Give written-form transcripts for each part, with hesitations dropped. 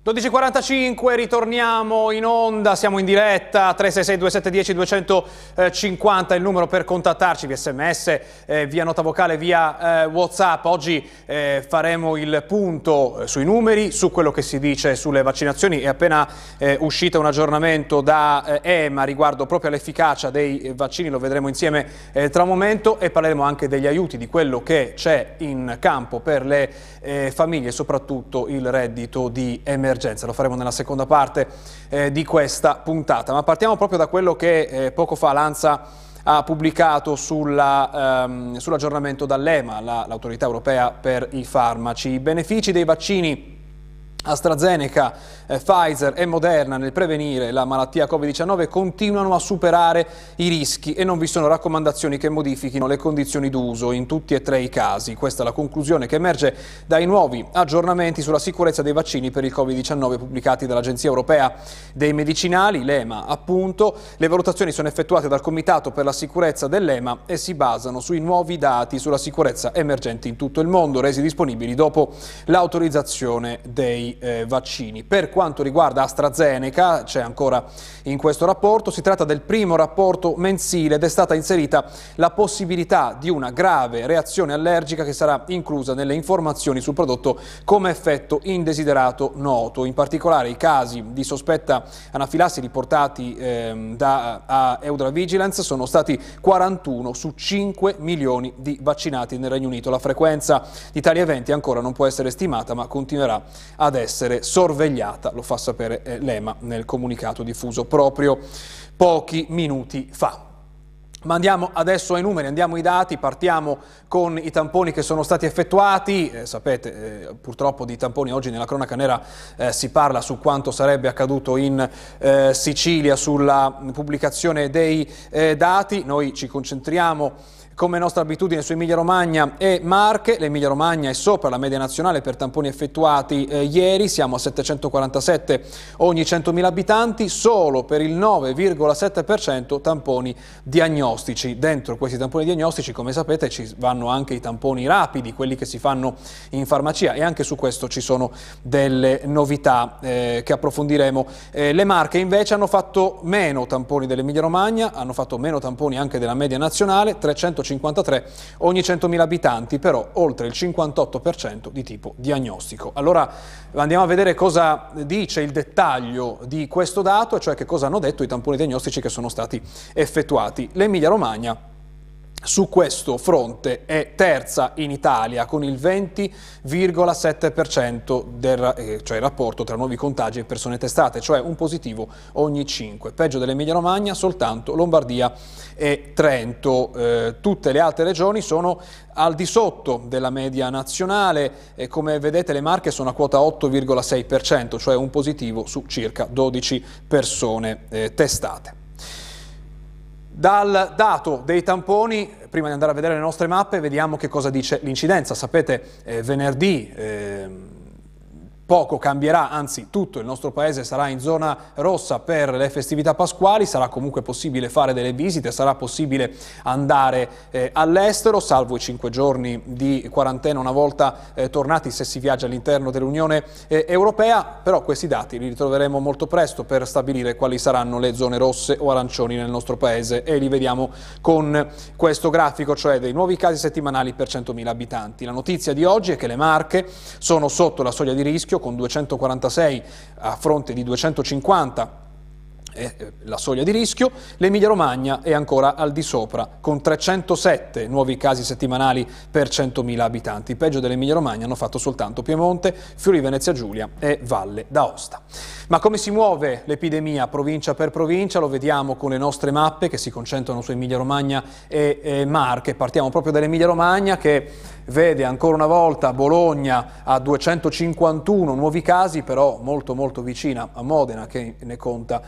12:45, ritorniamo in onda, siamo in diretta, 366-2710-250 il numero per contattarci via sms, via nota vocale, via WhatsApp. Oggi faremo il punto sui numeri, su quello che si dice sulle vaccinazioni. È appena uscito un aggiornamento da EMA riguardo proprio all'efficacia dei vaccini, lo vedremo insieme tra un momento, e parleremo anche degli aiuti, di quello che c'è in campo per le famiglie e soprattutto il reddito di emergenza. Lo faremo nella seconda parte di questa puntata, ma partiamo proprio da quello che poco fa l'ANSA ha pubblicato sull'aggiornamento dall'EMA, l'autorità europea per i farmaci. I benefici dei vaccini AstraZeneca, Pfizer e Moderna nel prevenire la malattia Covid-19 continuano a superare i rischi e non vi sono raccomandazioni che modifichino le condizioni d'uso in tutti e tre i casi. Questa è la conclusione che emerge dai nuovi aggiornamenti sulla sicurezza dei vaccini per il Covid-19 pubblicati dall'Agenzia Europea dei Medicinali, l'EMA appunto. Le valutazioni sono effettuate dal Comitato per la sicurezza dell'EMA e si basano sui nuovi dati sulla sicurezza emergenti in tutto il mondo, resi disponibili dopo l'autorizzazione dei vaccini. Per quanto riguarda AstraZeneca, c'è ancora in questo rapporto, si tratta del primo rapporto mensile ed è stata inserita la possibilità di una grave reazione allergica che sarà inclusa nelle informazioni sul prodotto come effetto indesiderato noto. In particolare i casi di sospetta anafilassi riportati da EudraVigilance sono stati 41 su 5 milioni di vaccinati nel Regno Unito. La frequenza di tali eventi ancora non può essere stimata, ma continuerà ad essere sorvegliata, lo fa sapere l'EMA nel comunicato diffuso proprio pochi minuti fa. Ma andiamo adesso ai numeri, andiamo ai dati, partiamo con i tamponi che sono stati effettuati. Sapete, purtroppo di tamponi oggi nella cronaca nera si parla su quanto sarebbe accaduto in Sicilia, sulla pubblicazione dei dati. Noi ci concentriamo come nostra abitudine su Emilia-Romagna e Marche. L'Emilia Romagna è sopra la media nazionale per tamponi effettuati ieri, siamo a 747 ogni 100.000 abitanti, solo per il 9,7% tamponi diagnostici. Dentro questi tamponi diagnostici, come sapete, ci vanno anche i tamponi rapidi, quelli che si fanno in farmacia, e anche su questo ci sono delle novità che approfondiremo. Le Marche invece hanno fatto meno tamponi dell'Emilia Romagna, hanno fatto meno tamponi anche della media nazionale, 353 ogni 100.000 abitanti, però oltre il 58% di tipo diagnostico. Allora andiamo a vedere cosa dice il dettaglio di questo dato, cioè che cosa hanno detto i tamponi diagnostici che sono stati effettuati. L'Emilia Romagna su questo fronte è terza in Italia con il 20,7% cioè il rapporto tra nuovi contagi e persone testate, cioè un positivo ogni 5. Peggio dell'Emilia Romagna soltanto Lombardia e Trento. Tutte le altre regioni sono al di sotto della media nazionale e, come vedete, le Marche sono a quota 8,6%, cioè un positivo su circa 12 persone testate. Dal dato dei tamponi, prima di andare a vedere le nostre mappe, vediamo che cosa dice l'incidenza. Sapete, venerdì poco cambierà, anzi tutto il nostro paese sarà in zona rossa per le festività pasquali, sarà comunque possibile fare delle visite, sarà possibile andare all'estero, salvo i 5 giorni di quarantena una volta tornati se si viaggia all'interno dell'Unione Europea, però questi dati li ritroveremo molto presto per stabilire quali saranno le zone rosse o arancioni nel nostro paese, e li vediamo con questo grafico, cioè dei nuovi casi settimanali per 100.000 abitanti. La notizia di oggi è che le Marche sono sotto la soglia di rischio con 246 a fronte di 250 la soglia di rischio. L'Emilia Romagna è ancora al di sopra con 307 nuovi casi settimanali per 100.000 abitanti. Peggio dell'Emilia Romagna hanno fatto soltanto Piemonte, Friuli Venezia Giulia e Valle d'Aosta. Ma come si muove l'epidemia provincia per provincia? Lo vediamo con le nostre mappe che si concentrano su Emilia Romagna e Marche. Partiamo proprio dall'Emilia Romagna, che vede ancora una volta Bologna a 251 nuovi casi, però molto vicina a Modena che ne conta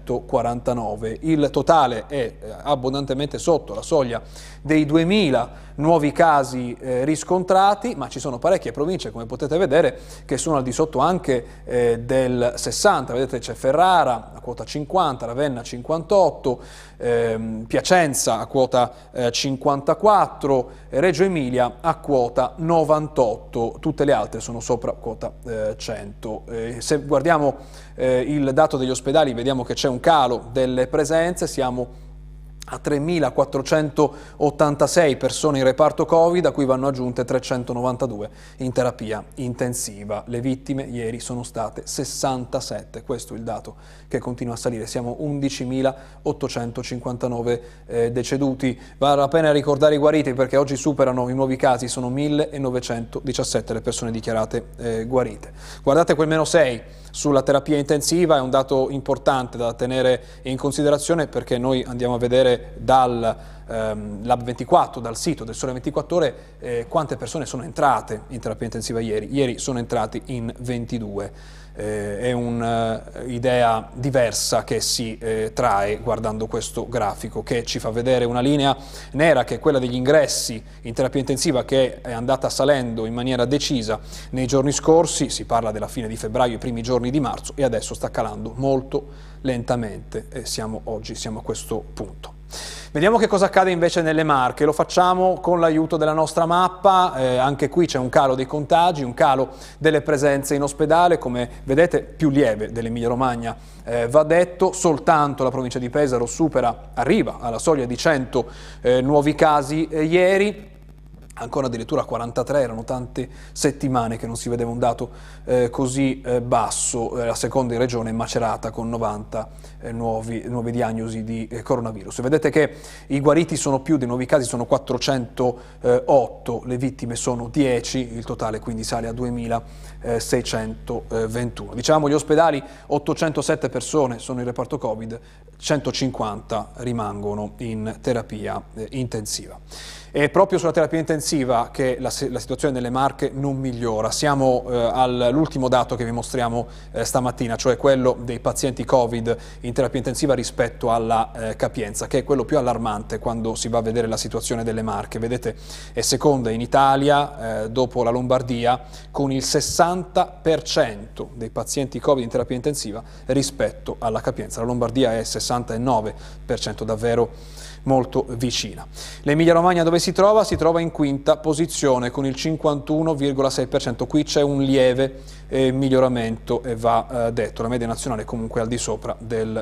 249. Il totale è abbondantemente sotto la soglia dei 2000 nuovi casi riscontrati, ma ci sono parecchie province, come potete vedere, che sono al di sotto anche del 60. Vedete, c'è Ferrara a quota 50, Ravenna 58, Piacenza a quota 54, Reggio Emilia a quota 98, tutte le altre sono sopra quota 100. Se guardiamo il dato degli ospedali vediamo che c'è un calo delle presenze, siamo a 3.486 persone in reparto Covid, a cui vanno aggiunte 392 in terapia intensiva. Le vittime ieri sono state 67, questo è il dato che continua a salire, siamo 11.859 deceduti. Vale la pena ricordare i guariti perché oggi superano i nuovi casi, sono 1.917 le persone dichiarate guarite. Guardate quel -6 sulla terapia intensiva, è un dato importante da tenere in considerazione perché noi andiamo a vedere dal Lab 24, dal sito del Sole 24 Ore, quante persone sono entrate in terapia intensiva ieri. Ieri sono entrati in 22. È un'idea diversa che si trae guardando questo grafico, che ci fa vedere una linea nera che è quella degli ingressi in terapia intensiva, che è andata salendo in maniera decisa nei giorni scorsi, si parla della fine di febbraio, i primi giorni di marzo, e adesso sta calando molto lentamente e oggi siamo a questo punto. Vediamo che cosa accade invece nelle Marche, lo facciamo con l'aiuto della nostra mappa, anche qui c'è un calo dei contagi, un calo delle presenze in ospedale, come vedete più lieve dell'Emilia Romagna, va detto, soltanto la provincia di Pesaro arriva alla soglia di 100 nuovi casi ieri. Ancora addirittura 43, erano tante settimane che non si vedeva un dato così basso. La seconda in regione è Macerata con 90 nuove diagnosi di coronavirus. Vedete che i guariti sono più, dei nuovi casi sono 408, le vittime sono 10, il totale quindi sale a 2621. Diciamo gli ospedali, 807 persone sono in reparto Covid, 150 rimangono in terapia intensiva. È proprio sulla terapia intensiva che la situazione nelle Marche non migliora. Siamo all'ultimo dato che vi mostriamo stamattina, cioè quello dei pazienti Covid in terapia intensiva rispetto alla capienza, che è quello più allarmante quando si va a vedere la situazione delle Marche. Vedete, è seconda in Italia, dopo la Lombardia, con il 60% dei pazienti Covid in terapia intensiva rispetto alla capienza. La Lombardia è 69%, davvero molto vicina. L'Emilia Romagna dove si trova? Si trova in quinta posizione con il 51,6%. Qui c'è un lieve miglioramento e va detto, la media nazionale è comunque al di sopra del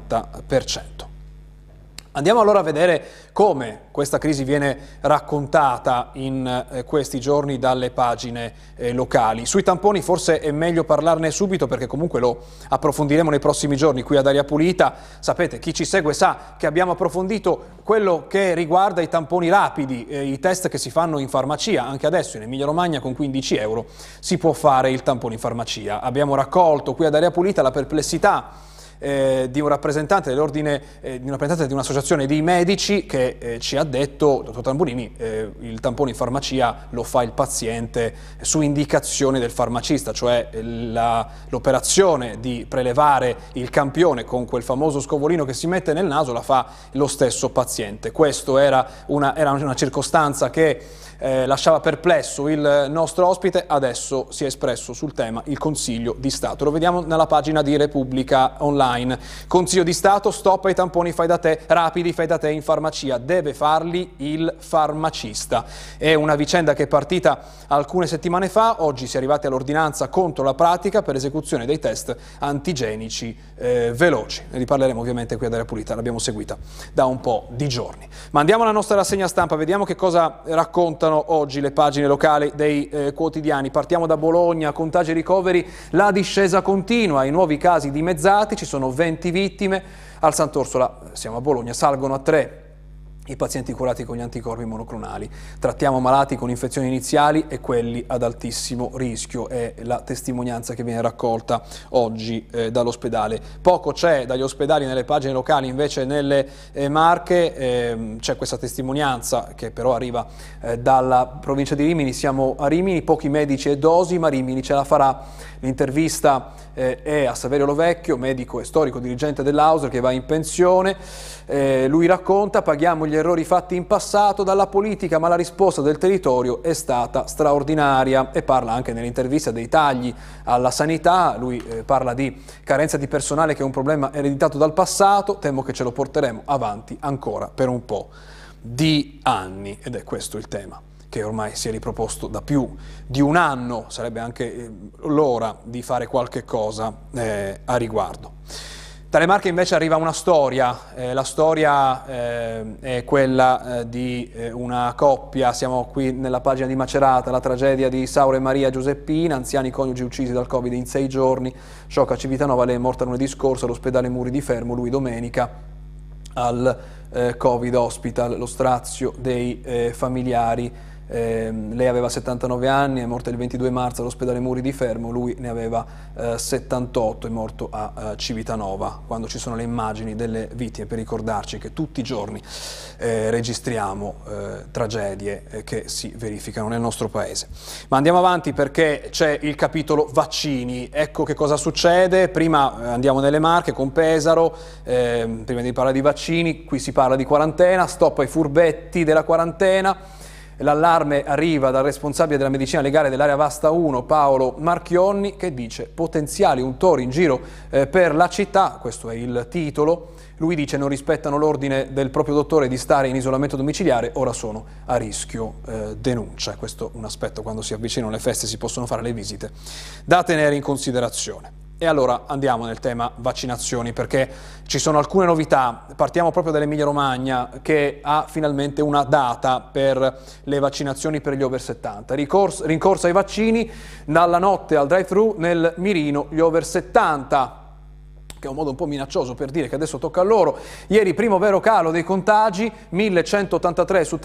40%. Andiamo allora a vedere come questa crisi viene raccontata in questi giorni dalle pagine locali. Sui tamponi forse è meglio parlarne subito perché comunque lo approfondiremo nei prossimi giorni qui ad Aria Pulita. Sapete, chi ci segue sa che abbiamo approfondito quello che riguarda i tamponi rapidi, i test che si fanno in farmacia. Anche adesso in Emilia Romagna con 15 euro si può fare il tampone in farmacia. Abbiamo raccolto qui ad Aria Pulita la perplessità di un rappresentante dell'ordine, di un'associazione di medici che ci ha detto: dottor Tamburini, il tampone in farmacia lo fa il paziente su indicazione del farmacista, cioè l'operazione di prelevare il campione con quel famoso scovolino che si mette nel naso la fa lo stesso paziente. Questa era una circostanza che lasciava perplesso il nostro ospite. Adesso si è espresso sul tema il Consiglio di Stato. Lo vediamo nella pagina di Repubblica Online. Consiglio di Stato, stop ai tamponi rapidi fai da te in farmacia, deve farli il farmacista. È una vicenda che è partita alcune settimane fa, oggi si è arrivati all'ordinanza contro la pratica per esecuzione dei test antigenici veloci. Ne riparleremo ovviamente qui ad Aria Pulita, l'abbiamo seguita da un po' di giorni. Ma andiamo alla nostra rassegna stampa, vediamo che cosa raccontano oggi le pagine locali dei quotidiani. Partiamo da Bologna, contagi e ricoveri, la discesa continua, i nuovi casi dimezzati, ci sono 20 vittime, al Sant'Orsola, siamo a Bologna, salgono a 3 i pazienti curati con gli anticorpi monoclonali. Trattiamo malati con infezioni iniziali e quelli ad altissimo rischio, è la testimonianza che viene raccolta oggi dall'ospedale. Poco c'è dagli ospedali nelle pagine locali, invece nelle Marche c'è questa testimonianza che però arriva dalla provincia di Rimini. Siamo a Rimini, pochi medici e dosi, ma Rimini ce la farà. L'intervista è a Saverio Lovecchio, medico e storico dirigente dell'Auser che va in pensione. Lui racconta: paghiamo gli errori fatti in passato dalla politica, ma la risposta del territorio è stata straordinaria. E parla anche nell'intervista dei tagli alla sanità, lui parla di carenza di personale che è un problema ereditato dal passato, temo che ce lo porteremo avanti ancora per un po' di anni, ed è questo il tema che ormai si è riproposto da più di un anno, sarebbe anche l'ora di fare qualche cosa a riguardo. Dalle Marche invece arriva una storia, la storia è quella di una coppia, siamo qui nella pagina di Macerata, la tragedia di Saura e Maria Giuseppina, anziani coniugi uccisi dal Covid in 6 giorni, shock a Civitanova, lei è morta lunedì scorso all'ospedale Muri di Fermo, lui domenica al Covid Hospital, lo strazio dei familiari. Lei aveva 79 anni, è morta il 22 marzo all'ospedale Muri di Fermo, lui ne aveva 78, è morto a Civitanova, quando ci sono le immagini delle vittime per ricordarci che tutti i giorni registriamo tragedie che si verificano nel nostro paese. Ma andiamo avanti perché c'è il capitolo vaccini, ecco che cosa succede. Prima andiamo nelle Marche con Pesaro, prima di parlare di vaccini, qui si parla di quarantena, stop ai furbetti della quarantena. L'allarme arriva dal responsabile della medicina legale dell'area Vasta 1, Paolo Marchionni, che dice potenziali untori in giro per la città, questo è il titolo. Lui dice non rispettano l'ordine del proprio dottore di stare in isolamento domiciliare, ora sono a rischio denuncia. Questo è un aspetto, quando si avvicinano le feste si possono fare le visite, da tenere in considerazione. E allora andiamo nel tema vaccinazioni, perché ci sono alcune novità. Partiamo proprio dall'Emilia Romagna, che ha finalmente una data per le vaccinazioni per gli over 70. Rincorsa ai vaccini, dalla notte al drive-thru nel mirino gli over 70. Che è un modo un po' minaccioso per dire che adesso tocca a loro. Ieri primo vero calo dei contagi, 1183 su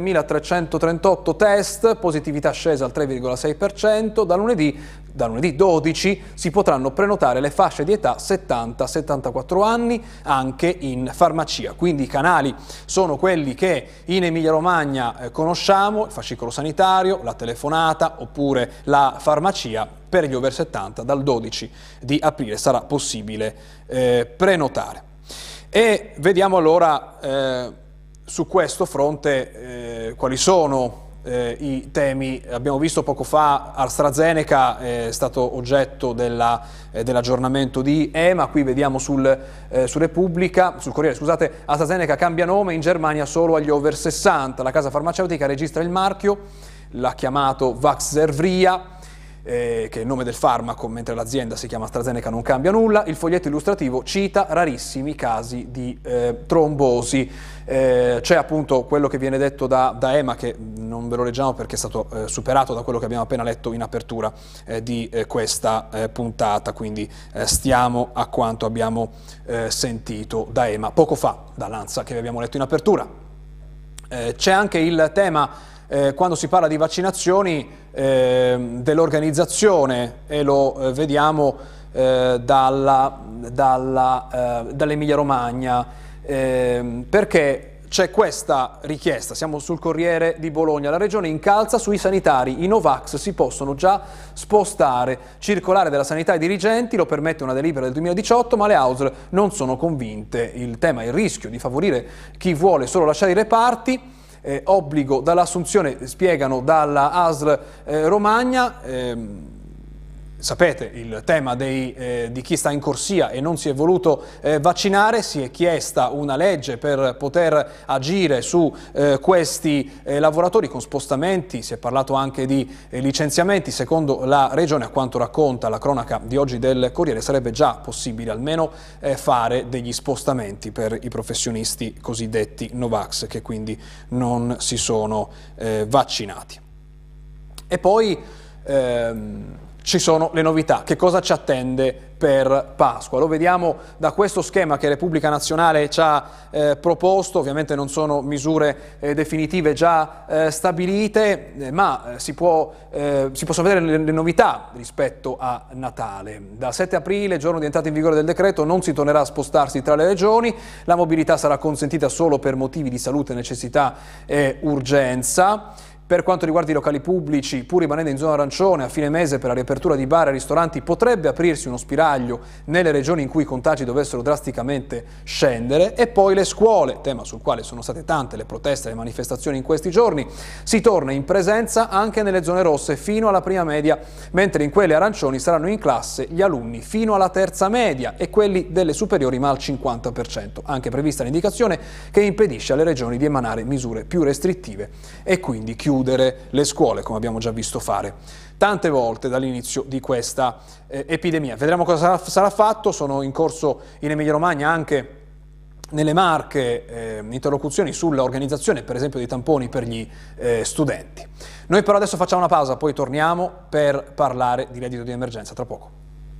33.338 test, positività scesa al 3,6%, da lunedì 12 si potranno prenotare le fasce di età 70-74 anni anche in farmacia, quindi i canali sono quelli che in Emilia Romagna conosciamo, il fascicolo sanitario, la telefonata oppure la farmacia. Per gli over 70 dal 12 di aprile sarà possibile prenotare. E vediamo allora su questo fronte quali sono i temi. Abbiamo visto poco fa AstraZeneca è stato oggetto dell'aggiornamento di EMA, qui vediamo sul Corriere, scusate, AstraZeneca cambia nome in Germania solo agli over 60, la casa farmaceutica registra il marchio, l'ha chiamato Vaxzevria, che è il nome del farmaco, mentre l'azienda si chiama AstraZeneca, non cambia nulla. Il foglietto illustrativo cita rarissimi casi di trombosi. C'è appunto quello che viene detto da EMA, che non ve lo leggiamo perché è stato superato da quello che abbiamo appena letto in apertura di questa puntata, quindi stiamo a quanto abbiamo sentito da EMA poco fa, dall'ANSA che abbiamo letto in apertura. C'è anche il tema quando si parla di vaccinazioni dell'organizzazione, e lo vediamo dall'Emilia Romagna, perché c'è questa richiesta, siamo sul Corriere di Bologna, la regione incalza sui sanitari, i Novax si possono già spostare, circolare della sanità ai dirigenti, lo permette una delibera del 2018, ma le ASL non sono convinte. Il tema è il rischio di favorire chi vuole solo lasciare i reparti. Obbligo dall'assunzione, spiegano dalla ASL Romagna. Sapete il tema di chi sta in corsia e non si è voluto vaccinare, si è chiesta una legge per poter agire su questi lavoratori con spostamenti, si è parlato anche di licenziamenti. Secondo la regione, a quanto racconta la cronaca di oggi del Corriere, sarebbe già possibile almeno fare degli spostamenti per i professionisti cosiddetti Novax, che quindi non si sono vaccinati. E poi ci sono le novità. Che cosa ci attende per Pasqua? Lo vediamo da questo schema che Repubblica Nazionale ci ha proposto. Ovviamente non sono misure definitive già stabilite, ma si possono vedere le novità rispetto a Natale. Dal 7 aprile, giorno di entrata in vigore del decreto, non si tornerà a spostarsi tra le regioni, la mobilità sarà consentita solo per motivi di salute, necessità e urgenza. Per quanto riguarda i locali pubblici, pur rimanendo in zona arancione, a fine mese per la riapertura di bar e ristoranti potrebbe aprirsi uno spiraglio nelle regioni in cui i contagi dovessero drasticamente scendere. E poi le scuole, tema sul quale sono state tante le proteste e le manifestazioni in questi giorni. Si torna in presenza anche nelle zone rosse fino alla prima media, mentre in quelle arancioni saranno in classe gli alunni fino alla terza media e quelli delle superiori ma al 50%. Anche prevista l'indicazione che impedisce alle regioni di emanare misure più restrittive e quindi chiudere le scuole, come abbiamo già visto fare tante volte dall'inizio di questa epidemia. Vedremo cosa sarà fatto. Sono in corso in Emilia-Romagna, anche nelle Marche, interlocuzioni sull'organizzazione per esempio dei tamponi per gli studenti. Noi però adesso facciamo una pausa, poi torniamo per parlare di reddito di emergenza tra poco.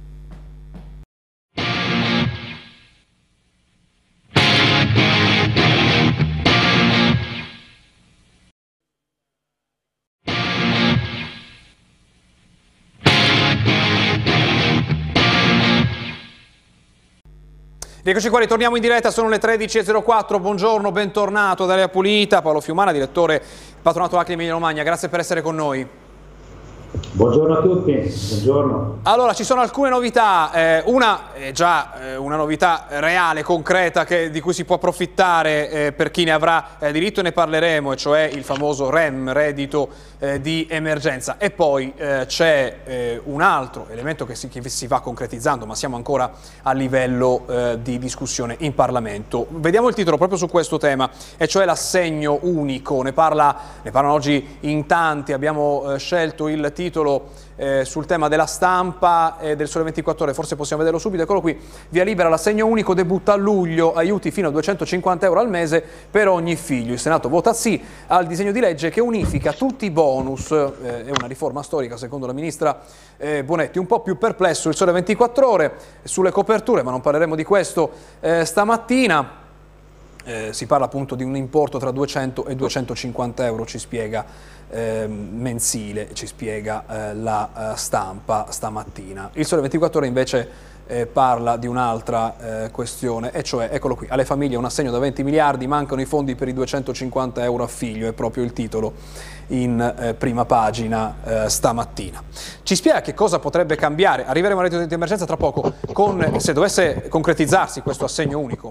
Eccoci qua, ritorniamo in diretta, sono le 13.04, buongiorno, bentornato da Area Pulita, Paolo Fiumana, direttore Patronato Acri Emilia Romagna, grazie per essere con noi. Buongiorno a tutti, buongiorno. Allora, ci sono alcune novità, una è già una novità reale, concreta, di cui si può approfittare per chi ne avrà diritto, e ne parleremo, e cioè il famoso REM, reddito di emergenza. E poi c'è un altro elemento che si va concretizzando, ma siamo ancora a livello di discussione in Parlamento. Vediamo il titolo proprio su questo tema, e cioè l'assegno unico. Ne parlano oggi in tanti, abbiamo scelto il titolo sul tema della Stampa e del Sole 24 Ore, forse possiamo vederlo subito, eccolo qui. Via libera, l'assegno unico debutta a luglio, aiuti fino a 250 euro al mese per ogni figlio. Il Senato vota sì al disegno di legge che unifica tutti i bonus, è una riforma storica secondo la ministra Bonetti. Un po' più perplesso il Sole 24 Ore sulle coperture, ma non parleremo di questo stamattina. Si parla appunto di un importo tra 200 e 250 euro, ci spiega mensile, ci spiega la Stampa stamattina. Il Sole 24 Ore invece parla di un'altra questione, e cioè, eccolo qui, alle famiglie un assegno da 20 miliardi, mancano i fondi per i 250 euro a figlio, è proprio il titolo in prima pagina stamattina. Ci spiega che cosa potrebbe cambiare, arriveremo al reddito di emergenza tra poco, se dovesse concretizzarsi questo assegno unico.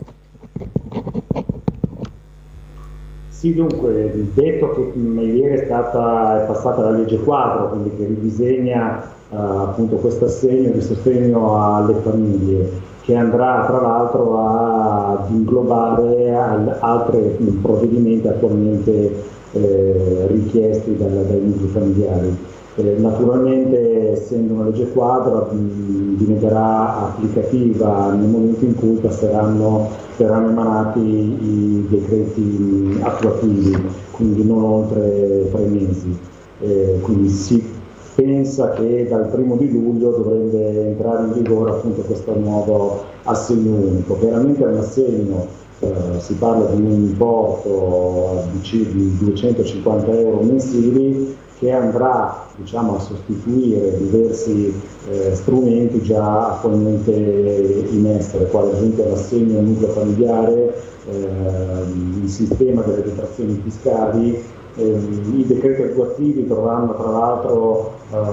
Sì, dunque, detto che ieri è passata la legge quadro, quindi che ridisegna appunto questo assegno di sostegno alle famiglie, che andrà tra l'altro ad inglobare altri provvedimenti attualmente richiesti dai nuclei familiari. Naturalmente, essendo una legge quadro, diventerà applicativa nel momento in cui verranno emanati i decreti attuativi, quindi non oltre 3 mesi. Quindi si pensa che dal 1° di luglio dovrebbe entrare in vigore appunto questo nuovo assegno unico. Chiaramente è un assegno, si parla di un importo di 250 euro mensili, che andrà, diciamo, a sostituire diversi strumenti già attualmente in essere, quale ad esempio l'assegno nucleo familiare, il sistema delle detrazioni fiscali. I decreti attuativi dovranno tra l'altro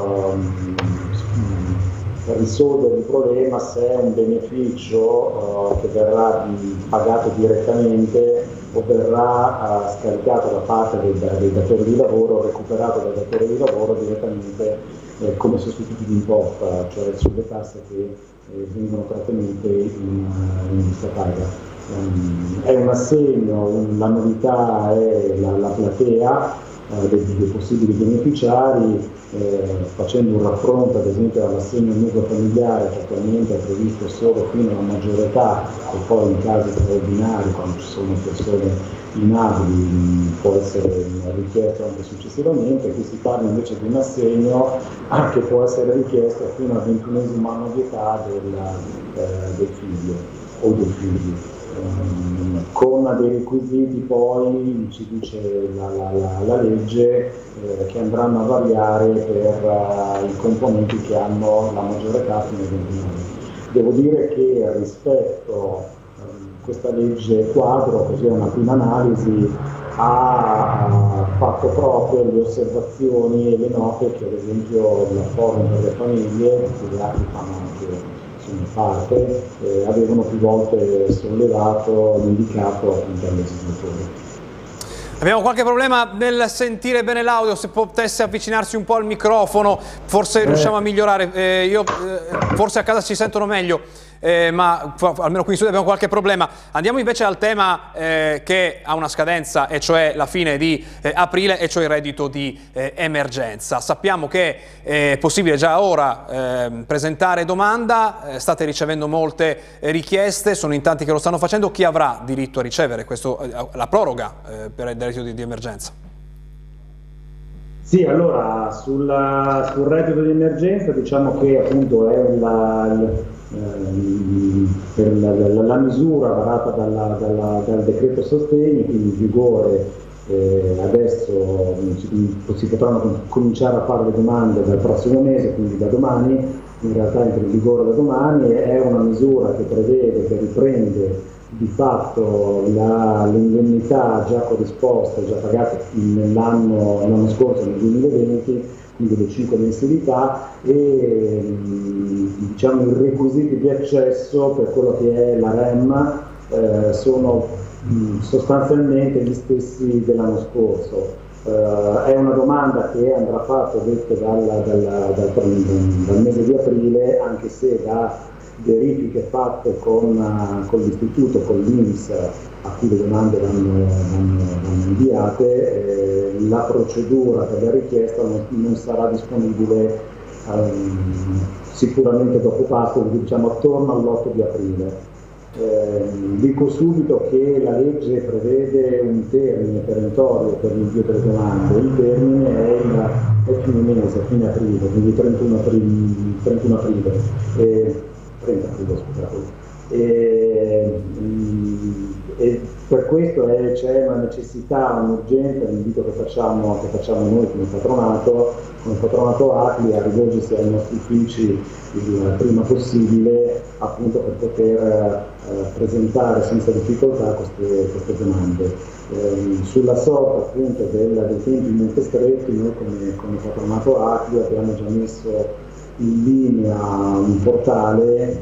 risolvere il problema se è un beneficio che verrà pagato direttamente o verrà scaricato da parte del datore di lavoro, recuperato dal datore di lavoro direttamente come sostituti di imposta, cioè sulle tasse che vengono trattenute in busta paga. È un assegno, la novità è la platea dei possibili beneficiari, facendo un raffronto ad esempio all'assegno nucleo familiare, che attualmente è previsto solo fino alla maggiore età, e poi in casi straordinari, quando ci sono persone inabili, può essere richiesto anche successivamente. Qui si parla invece di un assegno che può essere richiesto fino al 21° anno di età del figlio o del figlio. Con dei requisiti poi, ci dice la legge, che andranno a variare per i componenti che hanno la maggiore età fino ai 21 anni. Devo dire che rispetto questa legge quadro, così una prima analisi, ha fatto proprio le osservazioni e le note che ad esempio il Forum per le famiglie, che gli altri fanno anche in parte, avevano più volte sollevato e indicato appunto al legislatore. Abbiamo qualche problema nel sentire bene l'audio, se potesse avvicinarsi un po' al microfono, forse riusciamo a migliorare. Forse a casa ci sentono meglio, ma almeno qui in studio abbiamo qualche problema. Andiamo invece al tema che ha una scadenza, e cioè la fine di aprile, e cioè il reddito di emergenza. Sappiamo che è possibile già ora presentare domanda, state ricevendo molte richieste, sono in tanti che lo stanno facendo. Chi avrà diritto a ricevere la proroga per il reddito di emergenza? Sì, allora sul reddito di emergenza diciamo che appunto è la misura varata dal decreto sostegni, quindi in vigore adesso si potranno cominciare a fare le domande dal prossimo mese, quindi da domani, in realtà entra in vigore da domani. È una misura che prevede, che riprende di fatto l'indennità già corrisposta, già pagata l'anno scorso, nel 2020, quindi le 5 mensilità, e diciamo i requisiti di accesso per quello che è la REM sono sostanzialmente gli stessi dell'anno scorso. È una domanda che andrà fatta, detto dal mese di aprile, anche se da verifiche fatte con l'istituto, con l'INPS, a cui le domande vanno inviate, la procedura per la richiesta non sarà disponibile sicuramente dopo Pasqua, diciamo attorno all'8 di aprile. Dico subito che la legge prevede un termine perentorio per l'invio delle domande. Il termine è fine mese, fine aprile, quindi 31 aprile. 30 aprile, scusate. E per questo c'è una necessità, un'urgenza, l'invito che facciamo noi come patronato ACLI, a rivolgersi ai nostri uffici il prima possibile, appunto per poter presentare senza difficoltà queste domande. Sulla sorta appunto dei tempi molto stretti, noi come patronato ACLI abbiamo già messo in linea un portale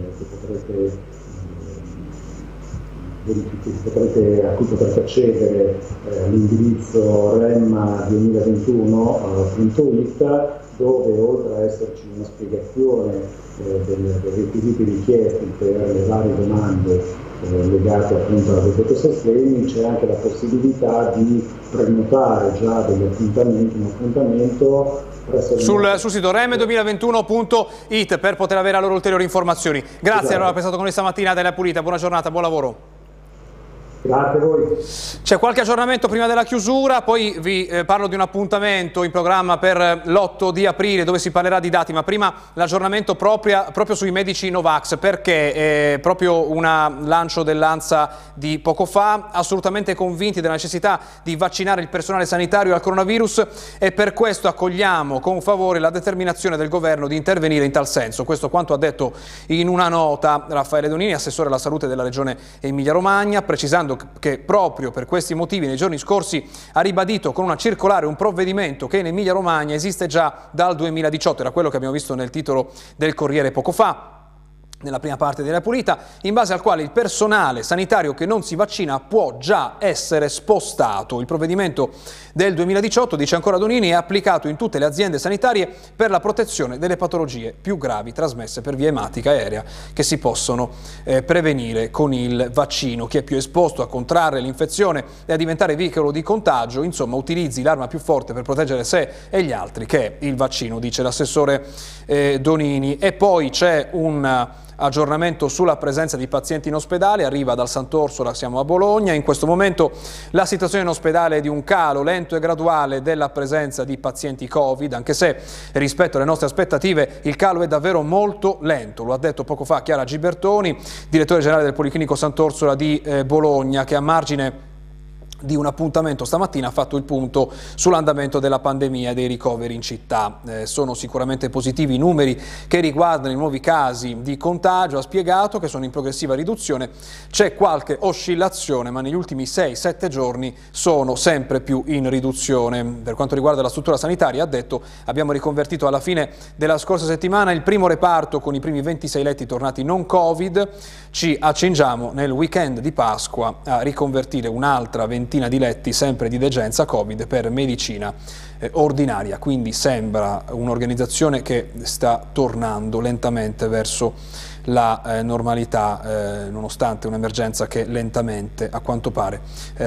a cui potrete accedere, l'indirizzo rem2021.it, dove oltre a esserci una spiegazione dei requisiti richiesti per le varie domande legate appunto al decreto sostegni, c'è anche la possibilità di prenotare già degli appuntamenti, un appuntamento sul sito rem2021.it per poter avere allora ulteriori informazioni. Grazie. Esatto. Allora per essere stato con noi stamattina della Pulita, buona giornata, buon lavoro. Grazie a voi. C'è qualche aggiornamento prima della chiusura, poi vi parlo di un appuntamento in programma per l'8 di aprile dove si parlerà di dati, ma prima l'aggiornamento proprio sui medici Novax, perché proprio un lancio dell'ANSA di poco fa, assolutamente convinti della necessità di vaccinare il personale sanitario al coronavirus, e per questo accogliamo con favore la determinazione del governo di intervenire in tal senso. Questo quanto ha detto in una nota Raffaele Donini, assessore alla salute della regione Emilia-Romagna, precisando che proprio per questi motivi nei giorni scorsi ha ribadito con una circolare un provvedimento che in Emilia-Romagna esiste già dal 2018, era quello che abbiamo visto nel titolo del Corriere poco fa, nella prima parte della Pulita, in base al quale il personale sanitario che non si vaccina può già essere spostato. Il provvedimento del 2018, dice ancora Donini, è applicato in tutte le aziende sanitarie per la protezione delle patologie più gravi trasmesse per via ematica aerea che si possono prevenire con il vaccino. Chi è più esposto a contrarre l'infezione e a diventare veicolo di contagio, insomma, utilizzi l'arma più forte per proteggere sé e gli altri, che è il vaccino, dice l'assessore Donini. E poi c'è un aggiornamento sulla presenza di pazienti in ospedale, arriva dal Sant'Orsola, siamo a Bologna. In questo momento la situazione in ospedale è di un calo lento e graduale della presenza di pazienti Covid, anche se rispetto alle nostre aspettative il calo è davvero molto lento, lo ha detto poco fa Chiara Gibertoni, direttore generale del Policlinico Sant'Orsola di Bologna, che a margine di un appuntamento stamattina ha fatto il punto sull'andamento della pandemia e dei ricoveri in città. Sono sicuramente positivi i numeri che riguardano i nuovi casi di contagio, ha spiegato che sono in progressiva riduzione, c'è qualche oscillazione ma negli ultimi 6-7 giorni sono sempre più in riduzione. Per quanto riguarda la struttura sanitaria, ha detto, abbiamo riconvertito alla fine della scorsa settimana il primo reparto con i primi 26 letti tornati non Covid, ci accingiamo nel weekend di Pasqua a riconvertire un'altra ventina di letti sempre di degenza Covid per medicina ordinaria, quindi sembra un'organizzazione che sta tornando lentamente verso la normalità, nonostante un'emergenza che lentamente, a quanto pare,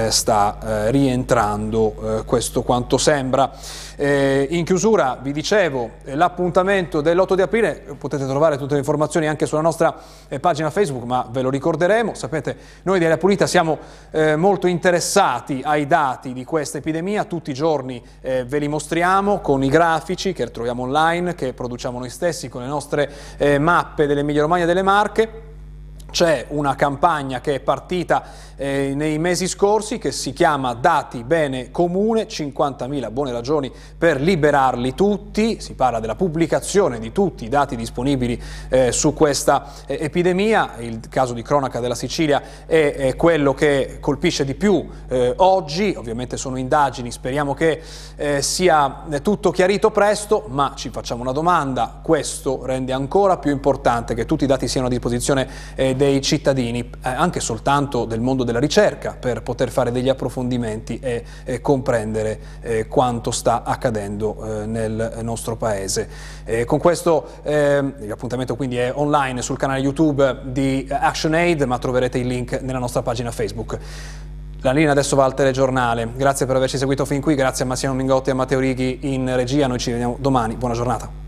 sta rientrando, questo quanto sembra. In chiusura vi dicevo l'appuntamento dell'8 di aprile, potete trovare tutte le informazioni anche sulla nostra pagina Facebook, ma ve lo ricorderemo. Sapete, noi di Aria Pulita siamo molto interessati ai dati di questa epidemia, tutti i giorni ve li mostriamo con i grafici che troviamo online, che produciamo noi stessi con le nostre mappe dell'Emilia-Romagna e delle Marche. C'è una campagna che è partita nei mesi scorsi che si chiama Dati Bene Comune, 50.000 buone ragioni per liberarli tutti. Si parla della pubblicazione di tutti i dati disponibili su questa epidemia. Il caso di cronaca della Sicilia è quello che colpisce di più oggi. Ovviamente sono indagini, speriamo che sia tutto chiarito presto, ma ci facciamo una domanda: questo rende ancora più importante che tutti i dati siano a disposizione dei cittadini, anche soltanto del mondo della ricerca, per poter fare degli approfondimenti e comprendere quanto sta accadendo nel nostro paese. Con questo l'appuntamento quindi è online sul canale YouTube di ActionAid, ma troverete il link nella nostra pagina Facebook. La linea adesso va al telegiornale. Grazie per averci seguito fin qui, grazie a Massimo Mingotti e a Matteo Righi in regia, noi ci vediamo domani, buona giornata.